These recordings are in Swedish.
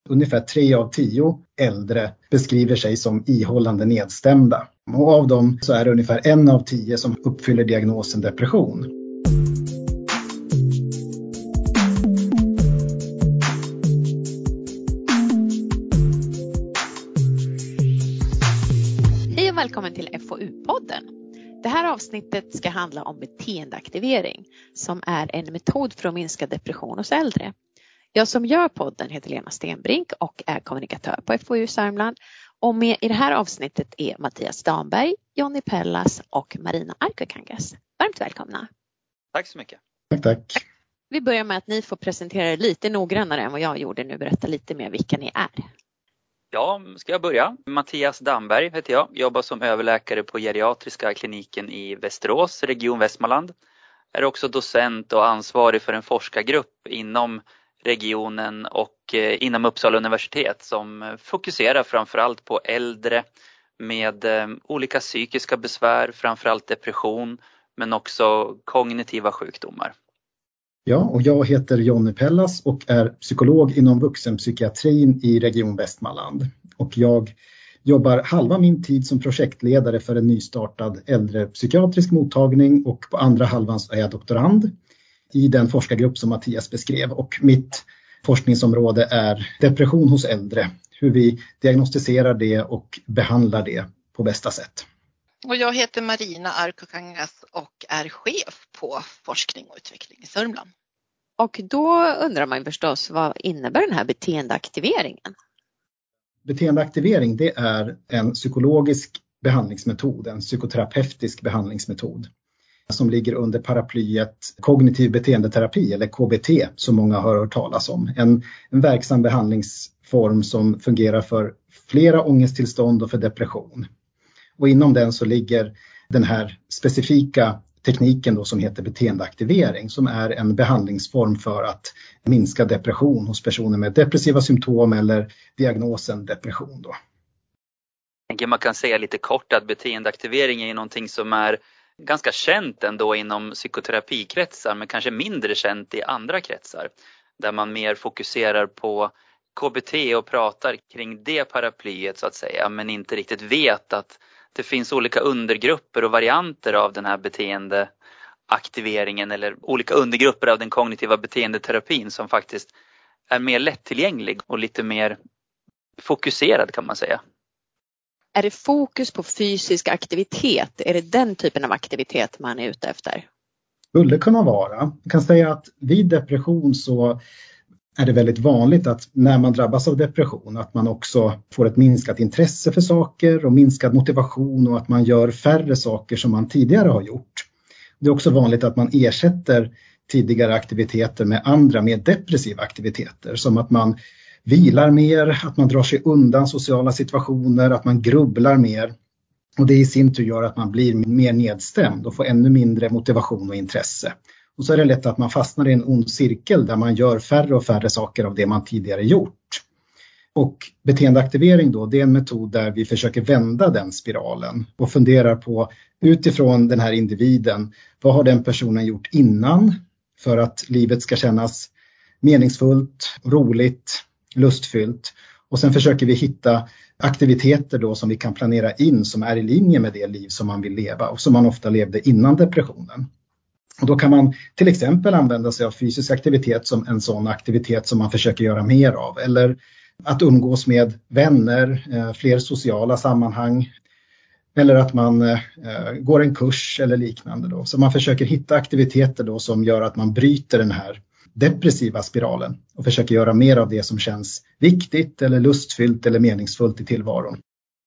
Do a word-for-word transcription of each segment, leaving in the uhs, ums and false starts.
Ungefär tre av tio äldre beskriver sig som ihållande nedstämda. Och av dem så är det ungefär en av tio som uppfyller diagnosen depression. Hej och välkommen till F O U-podden. Det här avsnittet ska handla om beteendeaktivering som är en metod för att minska depression hos äldre. Jag som gör podden heter Lena Stenbrink och är kommunikatör på F O U Sörmland. Och med i det här avsnittet är Mattias Damberg, Jonny Pellas och Marina Arkokangas. Varmt välkomna. Tack så mycket. Tack, tack. Vi börjar med att ni får presentera er lite noggrannare än vad jag gjorde nu. Berätta lite mer vilka ni är. Ja, ska jag börja? Mattias Damberg heter jag. Jobbar som överläkare på geriatriska kliniken i Västerås, region Västmanland. Är också docent och ansvarig för en forskargrupp inom regionen och inom Uppsala universitet som fokuserar framförallt på äldre med olika psykiska besvär, framförallt depression, men också kognitiva sjukdomar. Ja, och jag heter Jonny Pellas och är psykolog inom vuxenpsykiatrin i region Västmanland. Och jag jobbar halva min tid som projektledare för en nystartad äldrepsykiatrisk mottagning och på andra halvan så är jag doktorand i den forskargrupp som Mattias beskrev. Och mitt forskningsområde är depression hos äldre, hur vi diagnostiserar det och behandlar det på bästa sätt. Och jag heter Marina Arkokangas och är chef på forskning och utveckling i Sörmland. Och då undrar man förstås, vad innebär den här beteendeaktiveringen? Beteendeaktivering, det är en psykologisk behandlingsmetod, en psykoterapeutisk behandlingsmetod som ligger under paraplyet kognitiv beteendeterapi eller K B T som många har hört talas om. En, en verksam behandlingsform som fungerar för flera ångesttillstånd och för depression. Och inom den så ligger den här specifika tekniken då som heter beteendeaktivering som är en behandlingsform för att minska depression hos personer med depressiva symptom eller diagnosen depression då. Jag tänker man kan säga lite kort att beteendeaktivering är någonting som är ganska känt ändå inom psykoterapikretsar men kanske mindre känt i andra kretsar där man mer fokuserar på K B T och pratar kring det paraplyet så att säga men inte riktigt vet att det finns olika undergrupper och varianter av den här beteendeaktiveringen eller olika undergrupper av den kognitiva beteendeterapin som faktiskt är mer lättillgänglig och lite mer fokuserad kan man säga. Är det fokus på fysisk aktivitet? Är det den typen av aktivitet man är ute efter? Skulle kunna vara. Jag kan säga att vid depression så är det väldigt vanligt att när man drabbas av depression att man också får ett minskat intresse för saker och minskad motivation och att man gör färre saker som man tidigare har gjort. Det är också vanligt att man ersätter tidigare aktiviteter med andra mer depressiva aktiviteter som att man vilar mer, att man drar sig undan sociala situationer, att man grubblar mer. Och det i sin tur gör att man blir mer nedstämd och får ännu mindre motivation och intresse. Och så är det lätt att man fastnar i en ond cirkel där man gör färre och färre saker av det man tidigare gjort. Och beteendeaktivering då, det är en metod där vi försöker vända den spiralen och funderar på utifrån den här individen, vad har den personen gjort innan för att livet ska kännas meningsfullt, roligt, lustfyllt. Och sen försöker vi hitta aktiviteter då som vi kan planera in som är i linje med det liv som man vill leva och som man ofta levde innan depressionen. Och då kan man till exempel använda sig av fysisk aktivitet som en sån aktivitet som man försöker göra mer av. Eller att umgås med vänner, fler sociala sammanhang. Eller att man eh, går en kurs eller liknande då. Så man försöker hitta aktiviteter då som gör att man bryter den här depressiva spiralen. Och försöker göra mer av det som känns viktigt eller lustfyllt eller meningsfullt i tillvaron.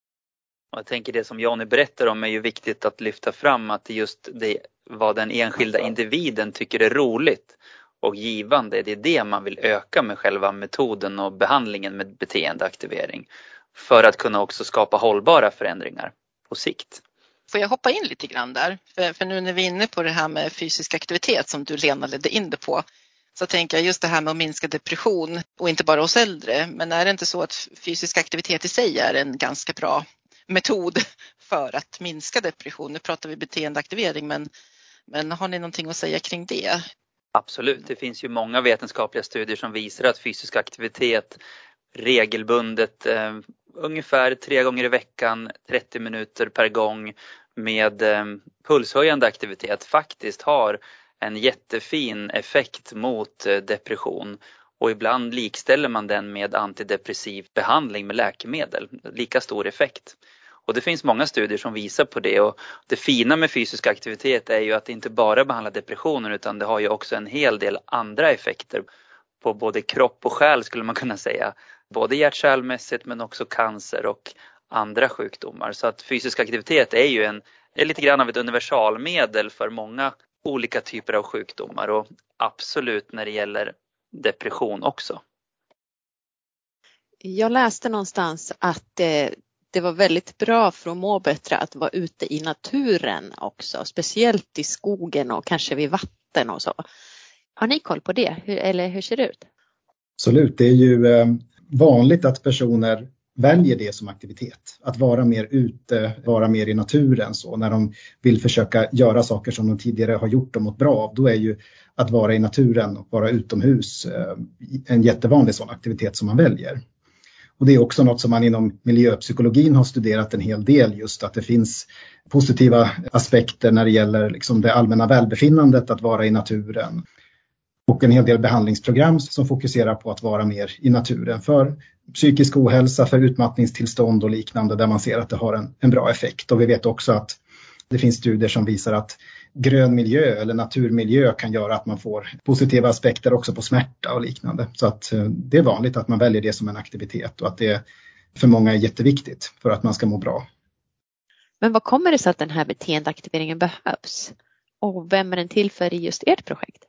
Jag tänker det som Jonny berättar om är ju viktigt att lyfta fram att just det vad den enskilda individen tycker är roligt och givande. Det är det man vill öka med själva metoden och behandlingen med beteendeaktivering för att kunna också skapa hållbara förändringar på sikt. Får jag hoppa in lite grann där? För, för nu när vi är inne på det här med fysisk aktivitet som du Lena ledde in det på så tänker jag just det här med att minska depression och inte bara hos äldre. Men är det inte så att fysisk aktivitet i sig är en ganska bra metod för att minska depression? Nu pratar vi beteendeaktivering men, men har ni någonting att säga kring det? Absolut, det finns ju många vetenskapliga studier som visar att fysisk aktivitet regelbundet eh, ungefär tre gånger i veckan, trettio minuter per gång med eh, pulshöjande aktivitet faktiskt har en jättefin effekt mot eh, depression. Och ibland likställer man den med antidepressiv behandling med läkemedel. Lika stor effekt. Och det finns många studier som visar på det. Och det fina med fysisk aktivitet är ju att det inte bara behandlar depressioner, utan det har ju också en hel del andra effekter på både kropp och själ, skulle man kunna säga. Både hjärt-kärlmässigt men också cancer och andra sjukdomar. Så att fysisk aktivitet är ju en, är lite grann av ett universalmedel för många olika typer av sjukdomar. Och absolut när det gäller depression också. Jag läste någonstans att eh, det var väldigt bra för att må bättre att vara ute i naturen också. Speciellt i skogen och kanske vid vatten och så. Har ni koll på det? Hur, eller hur ser det ut? Absolut, det är ju eh, vanligt att personer väljer det som aktivitet. Att vara mer ute, vara mer i naturen. Så när de vill försöka göra saker som de tidigare har gjort och mått bra av, då är ju att vara i naturen och vara utomhus eh, en jättevanlig sån aktivitet som man väljer. Och det är också något som man inom miljöpsykologin har studerat en hel del, just att det finns positiva aspekter när det gäller liksom det allmänna välbefinnandet att vara i naturen. Och en hel del behandlingsprogram som fokuserar på att vara mer i naturen för psykisk ohälsa, för utmattningstillstånd och liknande, där man ser att det har en, en bra effekt. Och vi vet också att det finns studier som visar att grön miljö eller naturmiljö kan göra att man får positiva aspekter också på smärta och liknande. Så att det är vanligt att man väljer det som en aktivitet och att det för många är jätteviktigt för att man ska må bra. Men vad kommer det sig att den här beteendeaktiveringen behövs? Och vem är den till för i just ert projekt?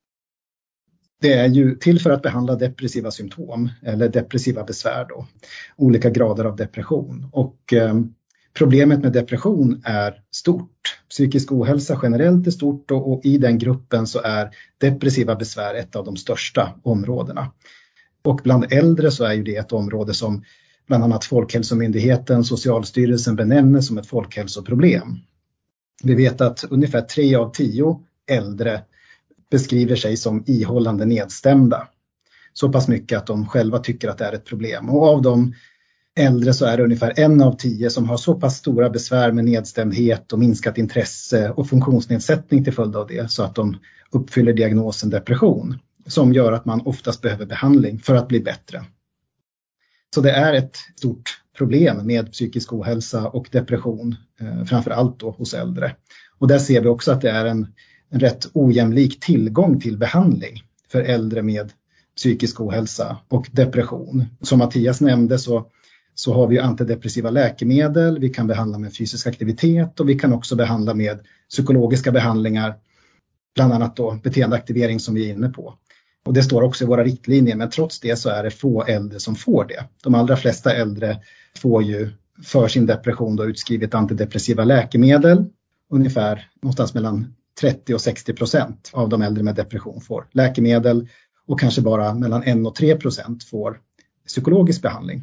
Det är ju till för att behandla depressiva symptom eller depressiva besvär då. Olika grader av depression. Och eh, problemet med depression är stort. Psykisk ohälsa generellt är stort och, och i den gruppen så är depressiva besvär ett av de största områdena. Och bland äldre så är ju det ett område som bland annat Folkhälsomyndigheten, Socialstyrelsen benämner som ett folkhälsoproblem. Vi vet att ungefär tre av tio äldre beskriver sig som ihållande nedstämda. Så pass mycket att de själva tycker att det är ett problem. Och av de äldre så är det ungefär en av tio som har så pass stora besvär med nedstämdhet och minskat intresse och funktionsnedsättning till följd av det, så att de uppfyller diagnosen depression, som gör att man oftast behöver behandling för att bli bättre. Så det är ett stort problem med psykisk ohälsa och depression, eh, framför allt då hos äldre. Och där ser vi också att det är en en rätt ojämlik tillgång till behandling för äldre med psykisk ohälsa och depression. Som Mattias nämnde så, så har vi antidepressiva läkemedel, vi kan behandla med fysisk aktivitet och vi kan också behandla med psykologiska behandlingar, bland annat då beteendeaktivering som vi är inne på. Och det står också i våra riktlinjer, men trots det så är det få äldre som får det. De allra flesta äldre får ju för sin depression då utskrivet antidepressiva läkemedel, ungefär någonstans mellan trettio och sextio procent av de äldre med depression får läkemedel och kanske bara mellan en och tre procent får psykologisk behandling.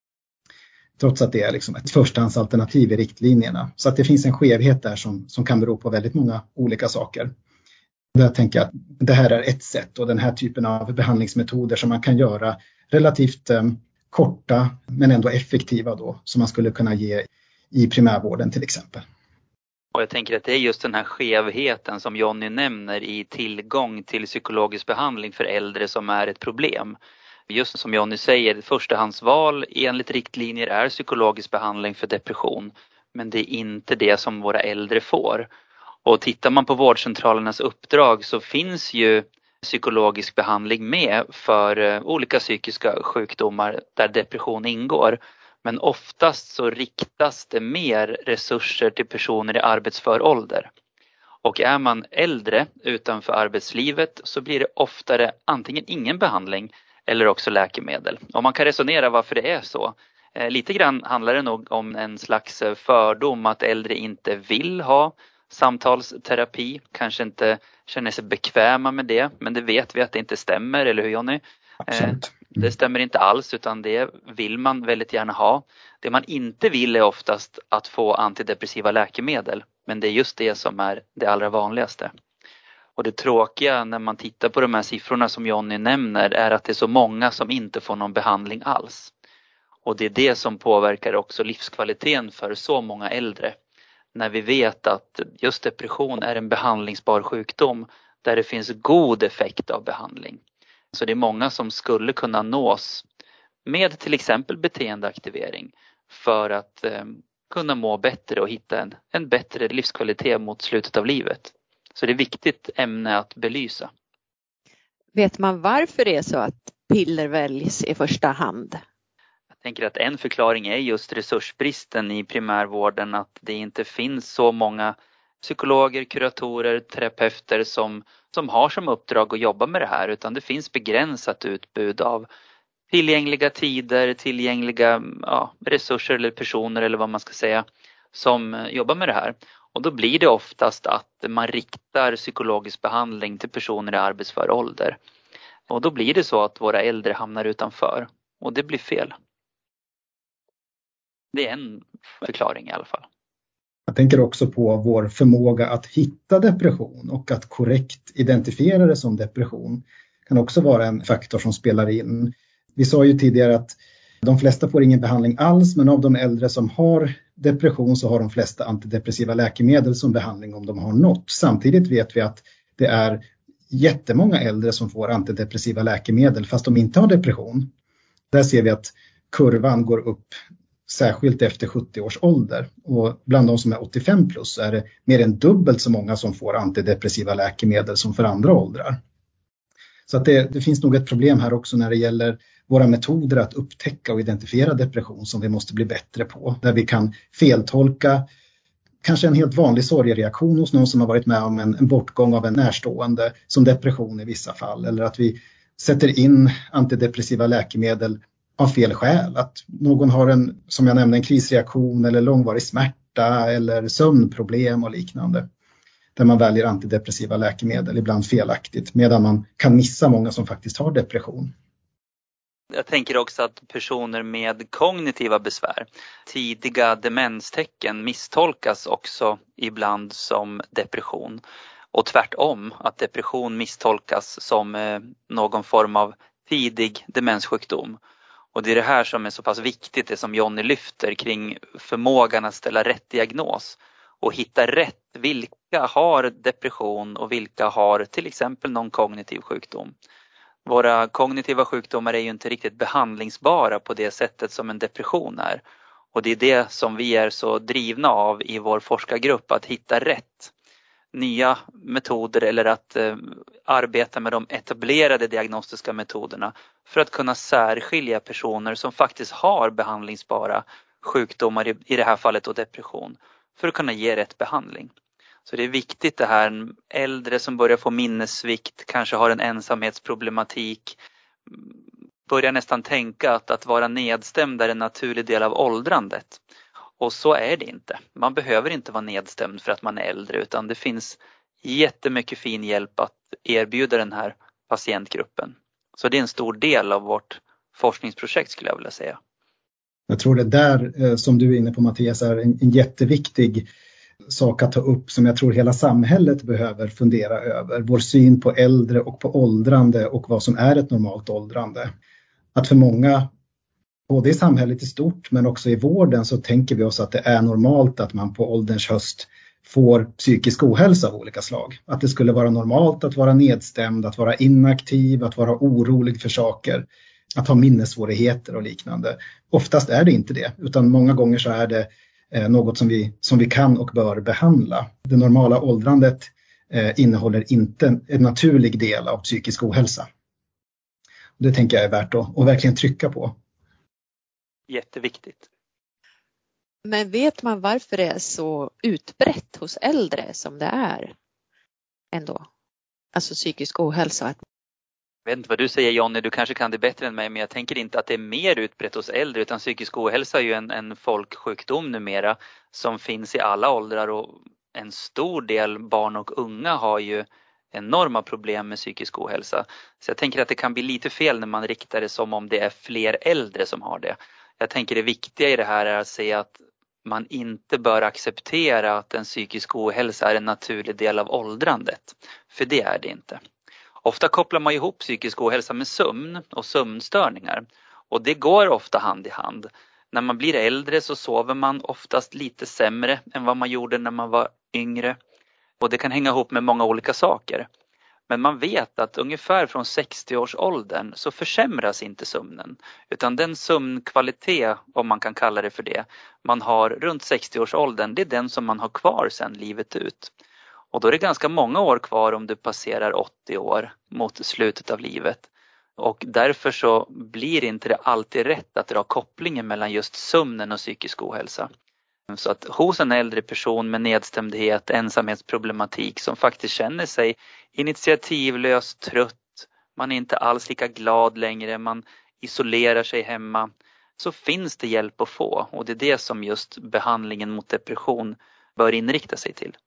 Trots att det är liksom ett förstahandsalternativ i riktlinjerna. Så att det finns en skevhet där som, som kan bero på väldigt många olika saker. Där tänker jag att det här är ett sätt och den här typen av behandlingsmetoder som man kan göra relativt eh, korta men ändå effektiva då, som man skulle kunna ge i primärvården till exempel. Och jag tänker att det är just den här skevheten som Jonny nämner i tillgång till psykologisk behandling för äldre som är ett problem. Just som Jonny säger, förstahandsval enligt riktlinjer är psykologisk behandling för depression. Men det är inte det som våra äldre får. Och tittar man på vårdcentralernas uppdrag så finns ju psykologisk behandling med för olika psykiska sjukdomar där depression ingår. Men oftast så riktas det mer resurser till personer i arbetsför ålder. Och är man äldre utanför arbetslivet så blir det oftare antingen ingen behandling eller också läkemedel. Och man kan resonera varför det är så. Eh, lite grann handlar det nog om en slags fördom att äldre inte vill ha samtalsterapi. Kanske inte känner sig bekväma med det, men det vet vi att det inte stämmer, eller hur Jonny? Absolut. Det stämmer inte alls, utan det vill man väldigt gärna ha. Det man inte vill är oftast att få antidepressiva läkemedel. Men det är just det som är det allra vanligaste. Och det tråkiga när man tittar på de här siffrorna som Jonny nämner är att det är så många som inte får någon behandling alls. Och det är det som påverkar också livskvaliteten för så många äldre. När vi vet att just depression är en behandlingsbar sjukdom där det finns god effekt av behandling. Så det är många som skulle kunna nås med till exempel beteendeaktivering för att eh, kunna må bättre och hitta en, en bättre livskvalitet mot slutet av livet. Så det är ett viktigt ämne att belysa. Vet man varför det är så att piller väljs i första hand? Jag tänker att en förklaring är just resursbristen i primärvården, att det inte finns så många psykologer, kuratorer, terapeuter som, som har som uppdrag att jobba med det här, utan det finns begränsat utbud av tillgängliga tider, tillgängliga ja, resurser eller personer eller vad man ska säga som jobbar med det här. Och då blir det oftast att man riktar psykologisk behandling till personer i arbetsför ålder. Och då blir det så att våra äldre hamnar utanför och det blir fel. Det är en förklaring i alla fall. Jag tänker också på vår förmåga att hitta depression och att korrekt identifiera det som depression kan också vara en faktor som spelar in. Vi sa ju tidigare att de flesta får ingen behandling alls, men av de äldre som har depression så har de flesta antidepressiva läkemedel som behandling om de har något. Samtidigt vet vi att det är jättemånga äldre som får antidepressiva läkemedel fast de inte har depression. Där ser vi att kurvan går upp särskilt efter sjuttio års ålder, och bland de som är åttiofem plus är det mer än dubbelt så många som får antidepressiva läkemedel som för andra åldrar. Så att det, det finns nog ett problem här också när det gäller våra metoder att upptäcka och identifiera depression som vi måste bli bättre på. Där vi kan feltolka kanske en helt vanlig sorgereaktion hos någon som har varit med om en, en bortgång av en närstående som depression i vissa fall. Eller att vi sätter in antidepressiva läkemedel av fel skäl. Att någon har en, som jag nämnde, en krisreaktion eller långvarig smärta eller sömnproblem och liknande. Där man väljer antidepressiva läkemedel, ibland felaktigt, medan man kan missa många som faktiskt har depression. Jag tänker också att personer med kognitiva besvär, tidiga demenstecken, misstolkas också ibland som depression. Och tvärtom, att depression misstolkas som någon form av tidig demenssjukdom. Och det är det här som är så pass viktigt, det som Jonny lyfter kring förmågan att ställa rätt diagnos. Och hitta rätt, vilka har depression och vilka har till exempel någon kognitiv sjukdom. Våra kognitiva sjukdomar är ju inte riktigt behandlingsbara på det sättet som en depression är. Och det är det som vi är så drivna av i vår forskargrupp, att hitta rätt nya metoder eller att eh, arbeta med de etablerade diagnostiska metoderna för att kunna särskilja personer som faktiskt har behandlingsbara sjukdomar, i, i det här fallet och depression, för att kunna ge rätt behandling. Så det är viktigt det här, äldre som börjar få minnessvikt, kanske har en ensamhetsproblematik, börjar nästan tänka att att vara nedstämd är en naturlig del av åldrandet. Och så är det inte. Man behöver inte vara nedstämd för att man är äldre, utan det finns jättemycket fin hjälp att erbjuda den här patientgruppen. Så det är en stor del av vårt forskningsprojekt, skulle jag vilja säga. Jag tror det där som du är inne på, Mattias, är en, en jätteviktig sak att ta upp som jag tror hela samhället behöver fundera över. Vår syn på äldre och på åldrande och vad som är ett normalt åldrande. Att för många, både i samhället i stort men också i vården, så tänker vi oss att det är normalt att man på ålderns höst får psykisk ohälsa av olika slag. Att det skulle vara normalt att vara nedstämd, att vara inaktiv, att vara orolig för saker, att ha minnessvårigheter och liknande. Oftast är det inte det, utan många gånger så är det eh, något som vi, som vi kan och bör behandla. Det normala åldrandet eh, innehåller inte en naturlig del av psykisk ohälsa. Det tänker jag är värt att, att verkligen trycka på. Jätteviktigt. Men vet man varför det är så utbrett hos äldre som det är ändå? Alltså psykisk ohälsa. Jag vet inte vad du säger, Jonny, du kanske kan det bättre än mig, men jag tänker inte att det är mer utbrett hos äldre, utan psykisk ohälsa är ju en, en folksjukdom numera som finns i alla åldrar, och en stor del barn och unga har ju enorma problem med psykisk ohälsa. Så jag tänker att det kan bli lite fel när man riktar det som om det är fler äldre som har det. Jag tänker det viktiga i det här är att se att man inte bör acceptera att en psykisk ohälsa är en naturlig del av åldrandet. För det är det inte. Ofta kopplar man ihop psykisk ohälsa med sömn och sömnstörningar. Och det går ofta hand i hand. När man blir äldre så sover man oftast lite sämre än vad man gjorde när man var yngre. Och det kan hänga ihop med många olika saker. Men man vet att ungefär från sextio-årsåldern så försämras inte sömnen. Utan den sömnkvalitet, om man kan kalla det för det, man har runt sextio-årsåldern, det är den som man har kvar sedan livet ut. Och då är det ganska många år kvar om du passerar åttio år mot slutet av livet. Och därför så blir inte det alltid rätt att dra kopplingen mellan just sömnen och psykisk ohälsa. Så att hos en äldre person med nedstämdhet, ensamhetsproblematik som faktiskt känner sig initiativlös, trött, man är inte alls lika glad längre, man isolerar sig hemma, så finns det hjälp att få. Och det är det som just behandlingen mot depression bör inrikta sig till.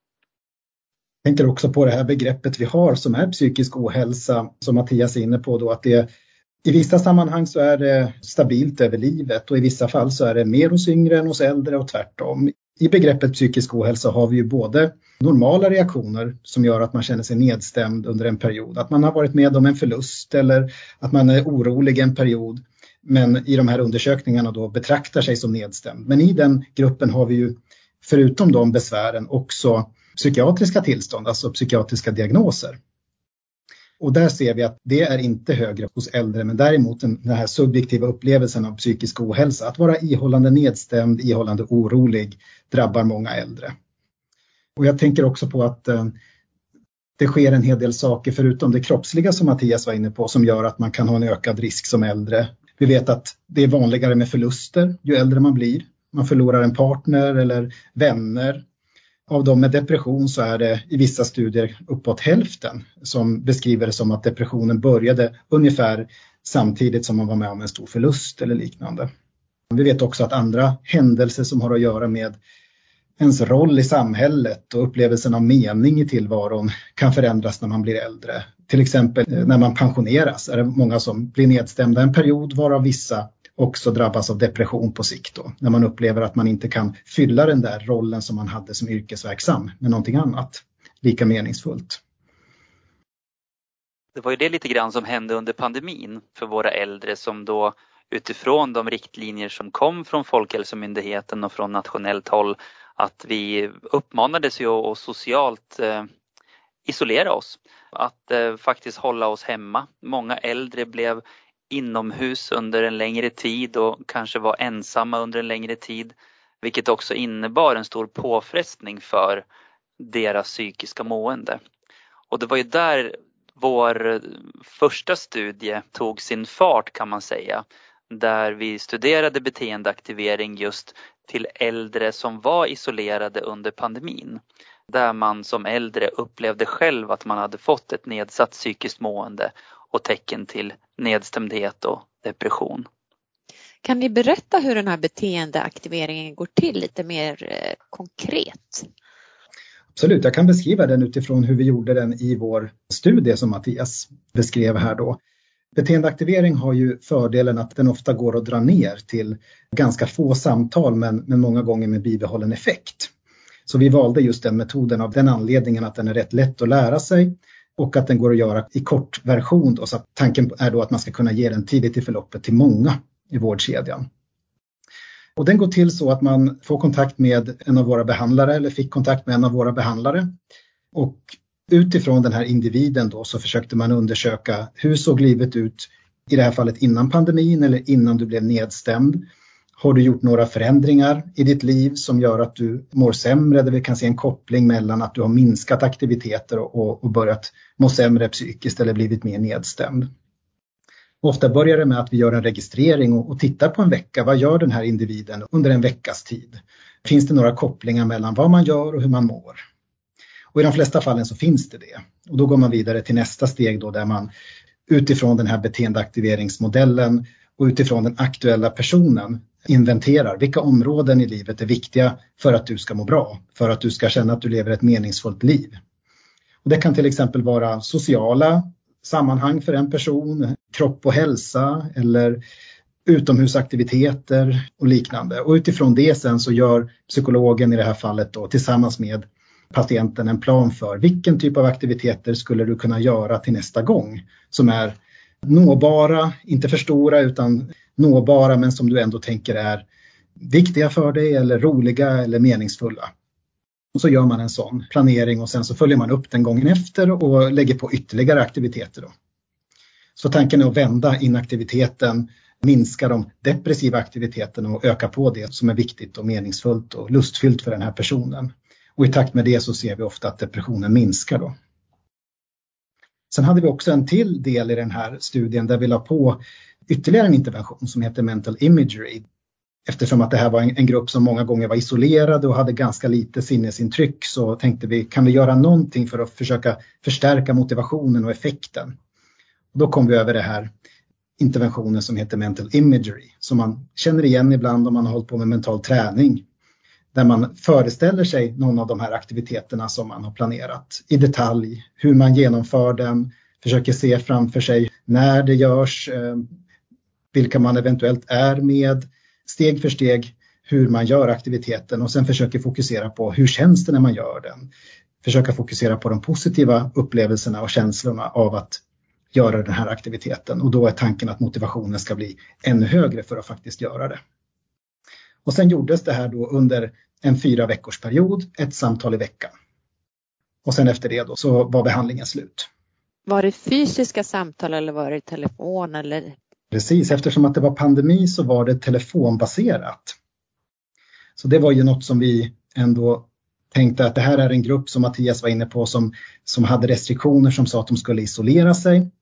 Jag tänker också på det här begreppet vi har som är psykisk ohälsa, som Mattias är inne på då, att det i vissa sammanhang så är det stabilt över livet och i vissa fall så är det mer hos yngre än hos äldre och tvärtom. I begreppet psykisk ohälsa har vi ju både normala reaktioner som gör att man känner sig nedstämd under en period, att man har varit med om en förlust eller att man är orolig en period, men i de här undersökningarna då betraktar sig som nedstämd. Men i den gruppen har vi ju förutom de besvären också psykiatriska tillstånd, alltså psykiatriska diagnoser. Och där ser vi att det är inte högre hos äldre, men däremot den, den här subjektiva upplevelsen av psykisk ohälsa, att vara ihållande nedstämd, ihållande orolig, drabbar många äldre. Och jag tänker också på att eh, det sker en hel del saker förutom det kroppsliga som Mattias var inne på, som gör att man kan ha en ökad risk som äldre. Vi vet att det är vanligare med förluster ju äldre man blir. Man förlorar en partner eller vänner. Av dem med depression så är det i vissa studier uppåt hälften som beskriver det som att depressionen började ungefär samtidigt som man var med om en stor förlust eller liknande. Vi vet också att andra händelser som har att göra med ens roll i samhället och upplevelsen av mening i tillvaron kan förändras när man blir äldre. Till exempel när man pensioneras är det många som blir nedstämda en period, varav vissa också drabbas av depression på sikt då, när man upplever att man inte kan fylla den där rollen som man hade som yrkesverksam med någonting annat, lika meningsfullt. Det var ju det lite grann som hände under pandemin för våra äldre, som då utifrån de riktlinjer som kom från Folkhälsomyndigheten och från nationellt håll, att vi uppmanades ju att socialt eh, isolera oss, att eh, faktiskt hålla oss hemma. Många äldre blev inomhus under en längre tid och kanske var ensamma under en längre tid, vilket också innebar en stor påfrestning för deras psykiska mående. Och det var ju där vår första studie tog sin fart, kan man säga, där vi studerade beteendeaktivering just till äldre som var isolerade under pandemin, där man som äldre upplevde själv att man hade fått ett nedsatt psykiskt mående och tecken till nedstämdhet och depression. Kan ni berätta hur den här beteendeaktiveringen går till lite mer eh, konkret? Absolut, jag kan beskriva den utifrån hur vi gjorde den i vår studie som Mattias beskrev här då. Beteendeaktivering har ju fördelen att den ofta går att dra ner till ganska få samtal, men, men många gånger med bibehållen effekt. Så vi valde just den metoden av den anledningen att den är rätt lätt att lära sig och att den går att göra i kort version då, så att tanken är då att man ska kunna ge den tidigt i förloppet till många i vårdkedjan. Och den går till så att man får kontakt med en av våra behandlare eller fick kontakt med en av våra behandlare, och utifrån den här individen då så försökte man undersöka hur såg livet ut i det här fallet innan pandemin eller innan du blev nedstämd. Har du gjort några förändringar i ditt liv som gör att du mår sämre, där vi kan se en koppling mellan att du har minskat aktiviteter och, och börjat må sämre psykiskt eller blivit mer nedstämd. Ofta börjar det med att vi gör en registrering och, och tittar på en vecka. Vad gör den här individen under en veckas tid? Finns det några kopplingar mellan vad man gör och hur man mår? Och i de flesta fallen så finns det det. Och då går man vidare till nästa steg då, där man utifrån den här beteendeaktiveringsmodellen och utifrån den aktuella personen inventerar vilka områden i livet är viktiga för att du ska må bra, för att du ska känna att du lever ett meningsfullt liv. Och det kan till exempel vara sociala sammanhang för en person, kropp och hälsa, eller utomhusaktiviteter och liknande. Och utifrån det sen så gör psykologen i det här fallet då tillsammans med patienten en plan för vilken typ av aktiviteter skulle du kunna göra till nästa gång som är nåbara, inte för stora utan nåbara men som du ändå tänker är viktiga för dig eller roliga eller meningsfulla. Och så gör man en sån planering och sen så följer man upp den gången efter och lägger på ytterligare aktiviteter då. Så tanken är att vända inaktiviteten, minska de depressiva aktiviteterna och öka på det som är viktigt och meningsfullt och lustfyllt för den här personen. Och i takt med det så ser vi ofta att depressionen minskar då. Sen hade vi också en till del i den här studien där vi la på ytterligare en intervention som heter mental imagery. Eftersom att det här var en, en grupp som många gånger var isolerade och hade ganska lite sinnesintryck så tänkte vi, kan vi göra någonting för att försöka förstärka motivationen och effekten? Och då kom vi över det här interventionen som heter mental imagery som man känner igen ibland om man har hållit på med mental träning. Där man föreställer sig någon av de här aktiviteterna som man har planerat i detalj, hur man genomför den, försöker se framför sig när det görs, eh, vilka man eventuellt är med, steg för steg hur man gör aktiviteten och sen försöker fokusera på hur känns det när man gör den. Försöka fokusera på de positiva upplevelserna och känslorna av att göra den här aktiviteten och då är tanken att motivationen ska bli ännu högre för att faktiskt göra det. Och sen gjordes det här då under en fyra veckors period, ett samtal i veckan. Och sen efter det då så var behandlingen slut. Var det fysiska samtal eller var det telefon eller? Precis, eftersom att det var pandemi så var det telefonbaserat. Så det var ju något som vi ändå tänkte att det här är en grupp som Mattias var inne på som, som hade restriktioner som sa att de skulle isolera sig.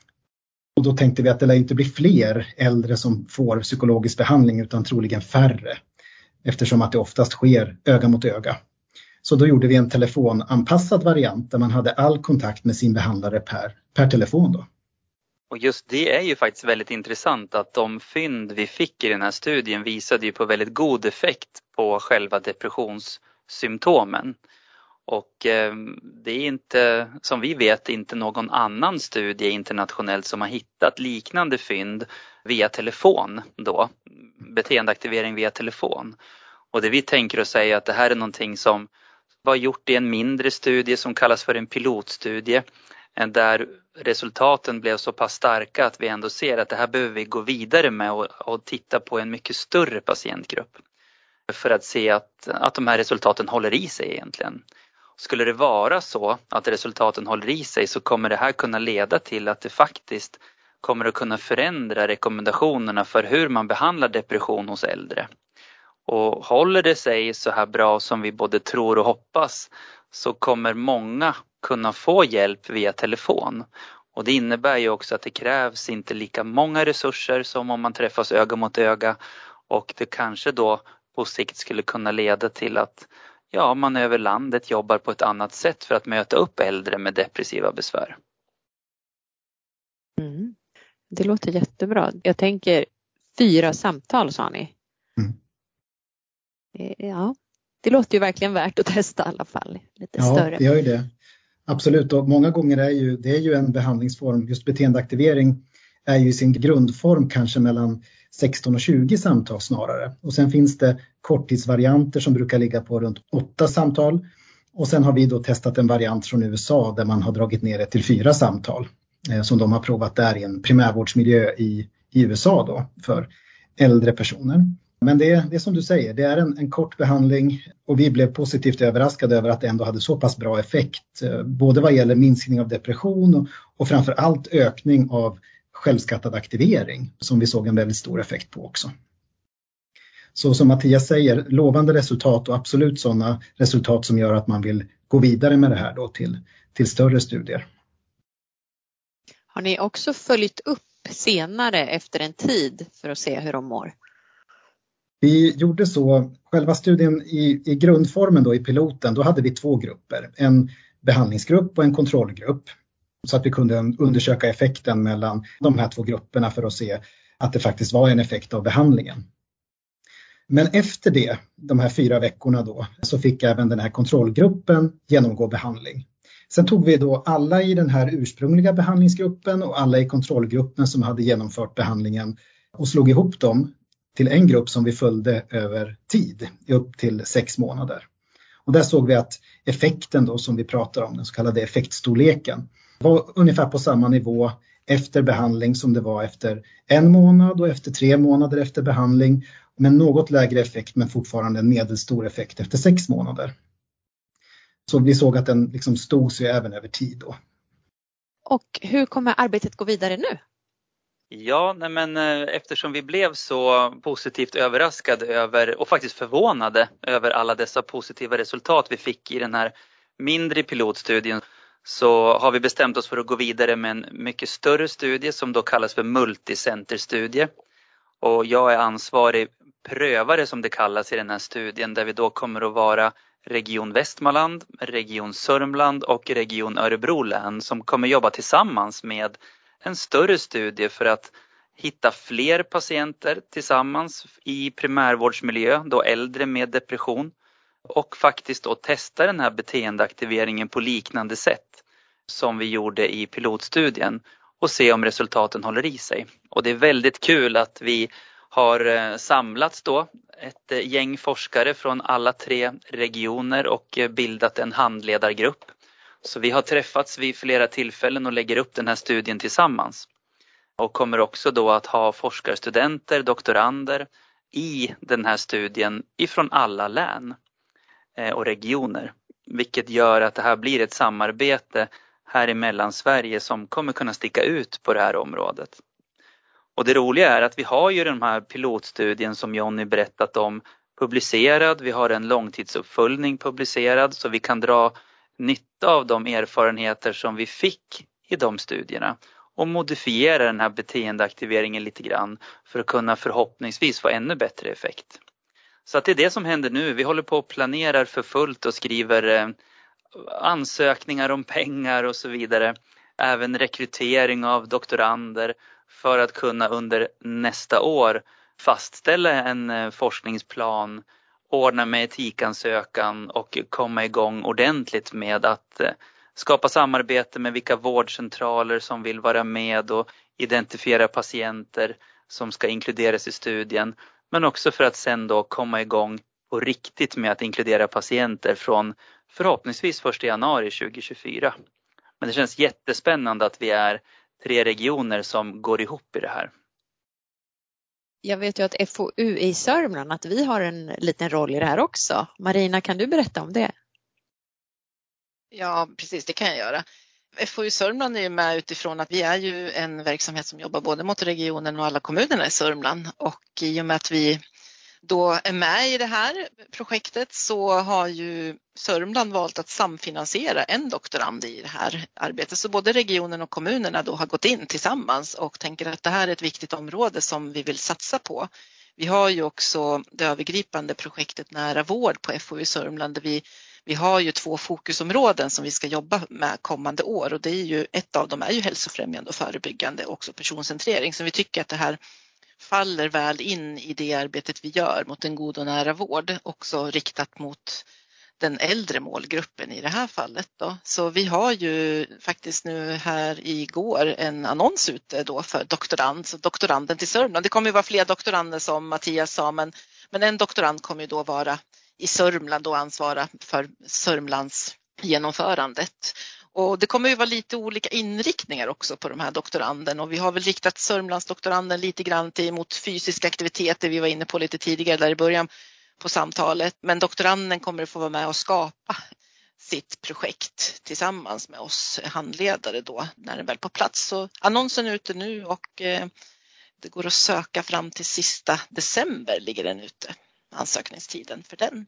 Och då tänkte vi att det lär inte bli fler äldre som får psykologisk behandling utan troligen färre. Eftersom att det oftast sker öga mot öga. Så då gjorde vi en telefonanpassad variant där man hade all kontakt med sin behandlare per, per telefon då. Och just det är ju faktiskt väldigt intressant att de fynd vi fick i den här studien visade ju på väldigt god effekt på själva depressionssymptomen. Och eh, det är inte, som vi vet, inte någon annan studie internationellt som har hittat liknande fynd via telefon då, beteendeaktivering via telefon. Och det vi tänker oss är att det här är någonting som var gjort i en mindre studie som kallas för en pilotstudie, där resultaten blev så pass starka att vi ändå ser att det här behöver vi gå vidare med och, och titta på en mycket större patientgrupp för att se att, att de här resultaten håller i sig egentligen. Skulle det vara så att resultaten håller i sig så kommer det här kunna leda till att det faktiskt kommer att kunna förändra rekommendationerna för hur man behandlar depression hos äldre. Och håller det sig så här bra som vi både tror och hoppas så kommer många kunna få hjälp via telefon. Och det innebär ju också att det krävs inte lika många resurser som om man träffas öga mot öga. Och det kanske då på sikt skulle kunna leda till att ja, man över landet jobbar på ett annat sätt för att möta upp äldre med depressiva besvär. Mm. Det låter jättebra. Jag tänker fyra samtal sa ni. Mm. Ja, det låter ju verkligen värt att testa i alla fall. Lite ja, större. det gör ju det. Absolut, och många gånger är ju, det är ju en behandlingsform, just beteendeaktivering är ju i sin grundform kanske mellan sexton och tjugo samtal snarare. Och sen finns det korttidsvarianter som brukar ligga på runt åtta samtal. Och sen har vi då testat en variant från U S A där man har dragit ner det till fyra samtal. Eh, som de har provat där i en primärvårdsmiljö i, i U S A då för äldre personer. Men det är, det är som du säger, det är en, en kort behandling och vi blev positivt överraskade över att det ändå hade så pass bra effekt. Eh, både vad gäller minskning av depression och, och framför allt ökning av självskattad aktivering som vi såg en väldigt stor effekt på också. Så som Mattias säger, lovande resultat och absolut sådana resultat som gör att man vill gå vidare med det här då till, till större studier. Har ni också följt upp senare efter en tid för att se hur de mår? Vi gjorde så, själva studien i, i grundformen då i piloten, då hade vi två grupper. En behandlingsgrupp och en kontrollgrupp. Så att vi kunde undersöka effekten mellan de här två grupperna för att se att det faktiskt var en effekt av behandlingen. Men efter det, de här fyra veckorna då, så fick även den här kontrollgruppen genomgå behandling. Sen tog vi då alla i den här ursprungliga behandlingsgruppen och alla i kontrollgruppen som hade genomfört behandlingen och slog ihop dem till en grupp som vi följde över tid, upp till sex månader. Och där såg vi att effekten då som vi pratar om, den så kallade effektstorleken, var ungefär på samma nivå efter behandling som det var efter en månad och efter tre månader efter behandling. Men något lägre effekt men fortfarande en medelstor effekt efter sex månader. Så vi såg att den liksom stod sig även över tid då. Och hur kommer arbetet gå vidare nu? Ja, nej men eftersom vi blev så positivt överraskade över och faktiskt förvånade över alla dessa positiva resultat vi fick i den här mindre pilotstudien, så har vi bestämt oss för att gå vidare med en mycket större studie som då kallas för multicenterstudie. Och jag är ansvarig prövare som det kallas i den här studien, där vi då kommer att vara Region Västmanland, Region Sörmland och Region Örebro län som kommer jobba tillsammans med en större studie för att hitta fler patienter tillsammans i primärvårdsmiljö, då äldre med depression, och faktiskt då testa den här beteendeaktiveringen på liknande sätt som vi gjorde i pilotstudien och se om resultaten håller i sig. Och det är väldigt kul att vi har samlats då ett gäng forskare från alla tre regioner och bildat en handledargrupp. Så vi har träffats vid flera tillfällen och lägger upp den här studien tillsammans. Och kommer också då att ha forskarstudenter, doktorander i den här studien ifrån alla län och regioner. Vilket gör att det här blir ett samarbete här i Mellansverige som kommer kunna sticka ut på det här området. Och det roliga är att vi har ju den här pilotstudien som Jonny berättat om publicerad. Vi har en långtidsuppföljning publicerad så vi kan dra nytta av de erfarenheter som vi fick i de studierna och modifiera den här beteendeaktiveringen lite grann för att kunna förhoppningsvis få ännu bättre effekt. Så att det är det som händer nu. Vi håller på och planerar för fullt och skriver ansökningar om pengar och så vidare. Även rekrytering av doktorander för att kunna under nästa år fastställa en forskningsplan, ordna med etikansökan och komma igång ordentligt med att skapa samarbete med vilka vårdcentraler som vill vara med och identifiera patienter som ska inkluderas i studien. Men också för att sen då komma igång på riktigt med att inkludera patienter från förhoppningsvis första januari tjugohundratjugofyra. Men det känns jättespännande att vi är tre regioner som går ihop i det här. Jag vet ju att F O U i Sörmland, att vi har en liten roll i det här också. Marina, kan du berätta om det? Ja, precis, det kan jag göra. F O U Sörmland är ju med utifrån att vi är ju en verksamhet som jobbar både mot regionen och alla kommunerna i Sörmland. Och i och med att vi då är med i det här projektet så har ju Sörmland valt att samfinansiera en doktorand i det här arbetet. Så både regionen och kommunerna då har gått in tillsammans och tänker att det här är ett viktigt område som vi vill satsa på. Vi har ju också det övergripande projektet Nära vård på F O U Sörmland där vi Vi har ju två fokusområden som vi ska jobba med kommande år och det är ju, ett av dem är ju hälsofrämjande och förebyggande och också personcentrering. Så vi tycker att det här faller väl in i det arbetet vi gör mot en god och nära vård, också riktat mot den äldre målgruppen i det här fallet då. Så vi har ju faktiskt nu här igår en annons ute då för doktorand, så doktoranden till Sörmland. Det kommer ju vara fler doktorander som Mattias sa, men, men en doktorand kommer ju då vara i Sörmland och ansvara för Sörmlands genomförandet. Och det kommer ju vara lite olika inriktningar också på de här doktoranden och vi har väl riktat Sörmlands doktoranden lite grann till mot fysiska aktiviteter, vi var inne på lite tidigare där i början på samtalet. Men doktoranden kommer att få vara med och skapa sitt projekt tillsammans med oss handledare då när den väl på plats. Så annonsen är ute nu och det går att söka fram till sista december ligger den ute. Ansökningstiden för den.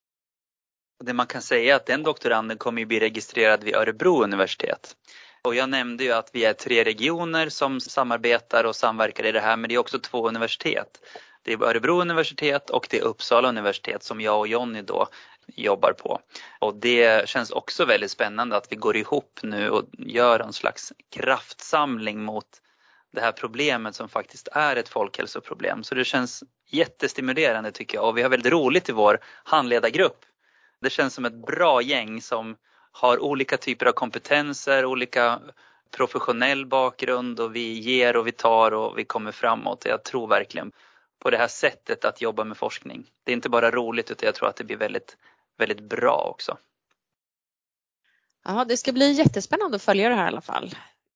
Det man kan säga är att den doktoranden kommer att bli registrerad vid Örebro universitet. Och jag nämnde ju att vi är tre regioner som samarbetar och samverkar i det här, men det är också två universitet. Det är Örebro universitet och det är Uppsala universitet som jag och Jonny då jobbar på. Och det känns också väldigt spännande att vi går ihop nu och gör en slags kraftsamling mot det här problemet som faktiskt är ett folkhälsoproblem. Så det känns jättestimulerande tycker jag och vi har väldigt roligt i vår handledargrupp. Det känns som ett bra gäng som har olika typer av kompetenser, olika professionell bakgrund och vi ger och vi tar och vi kommer framåt. Jag tror verkligen på det här sättet att jobba med forskning. Det är inte bara roligt utan jag tror att det blir väldigt, väldigt bra också. Ja, det ska bli jättespännande att följa det här i alla fall.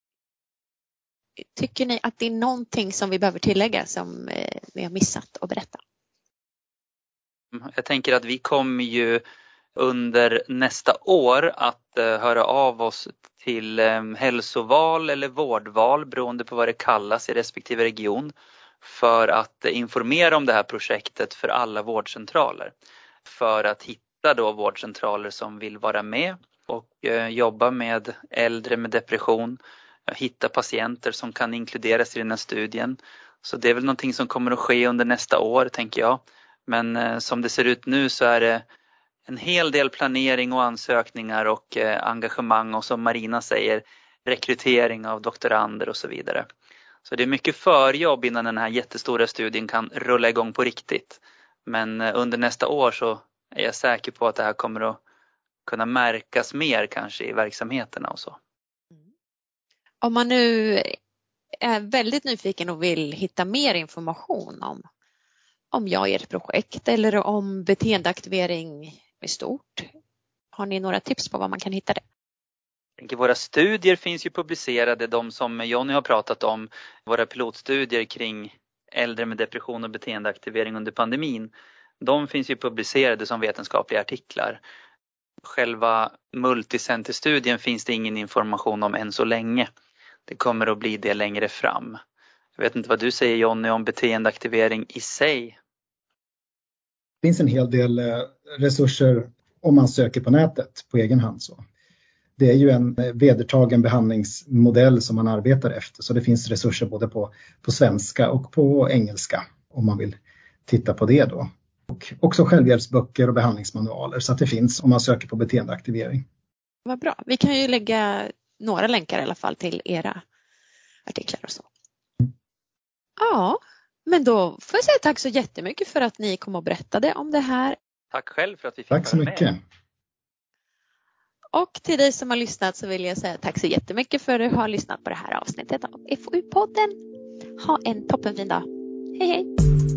Tycker ni att det är någonting som vi behöver tillägga som vi har missat att berätta? Jag tänker att vi kommer ju under nästa år att höra av oss till hälsoval eller vårdval beroende på vad det kallas i respektive region för att informera om det här projektet för alla vårdcentraler. För att hitta då vårdcentraler som vill vara med och jobba med äldre med depression. Hitta patienter som kan inkluderas i den här studien. Så det är väl någonting som kommer att ske under nästa år tänker jag. Men eh, som det ser ut nu så är det en hel del planering och ansökningar och eh, engagemang och som Marina säger rekrytering av doktorander och så vidare. Så det är mycket förjobb innan den här jättestora studien kan rulla igång på riktigt. Men eh, under nästa år så är jag säker på att det här kommer att kunna märkas mer kanske i verksamheterna och så. Om man nu är väldigt nyfiken och vill hitta mer information om, om jag är ett projekt eller om beteendeaktivering i stort. Har ni några tips på var man kan hitta det? Jag tänker, våra studier finns ju publicerade, de som Johnny har pratat om, våra pilotstudier kring äldre med depression och beteendeaktivering under pandemin. De finns ju publicerade som vetenskapliga artiklar. Själva multicenterstudien finns det ingen information om än så länge. Det kommer att bli det längre fram. Jag vet inte vad du säger Johnny om beteendeaktivering i sig. Det finns en hel del resurser om man söker på nätet på egen hand. Så. Det är ju en vedertagen behandlingsmodell som man arbetar efter. Så det finns resurser både på, på svenska och på engelska om man vill titta på det då. Och också självhjälpsböcker och behandlingsmanualer så att det finns om man söker på beteendeaktivering. Vad bra. Vi kan ju lägga några länkar i alla fall till era artiklar och så. Mm. Ja, men då får jag säga tack så jättemycket för att ni kom och berättade om det här. Tack själv för att vi fick Tack så vara mycket. med. Och till dig som har lyssnat så vill jag säga tack så jättemycket för att du har lyssnat på det här avsnittet av F O U-podden. Ha en toppenfin dag. Hej hej!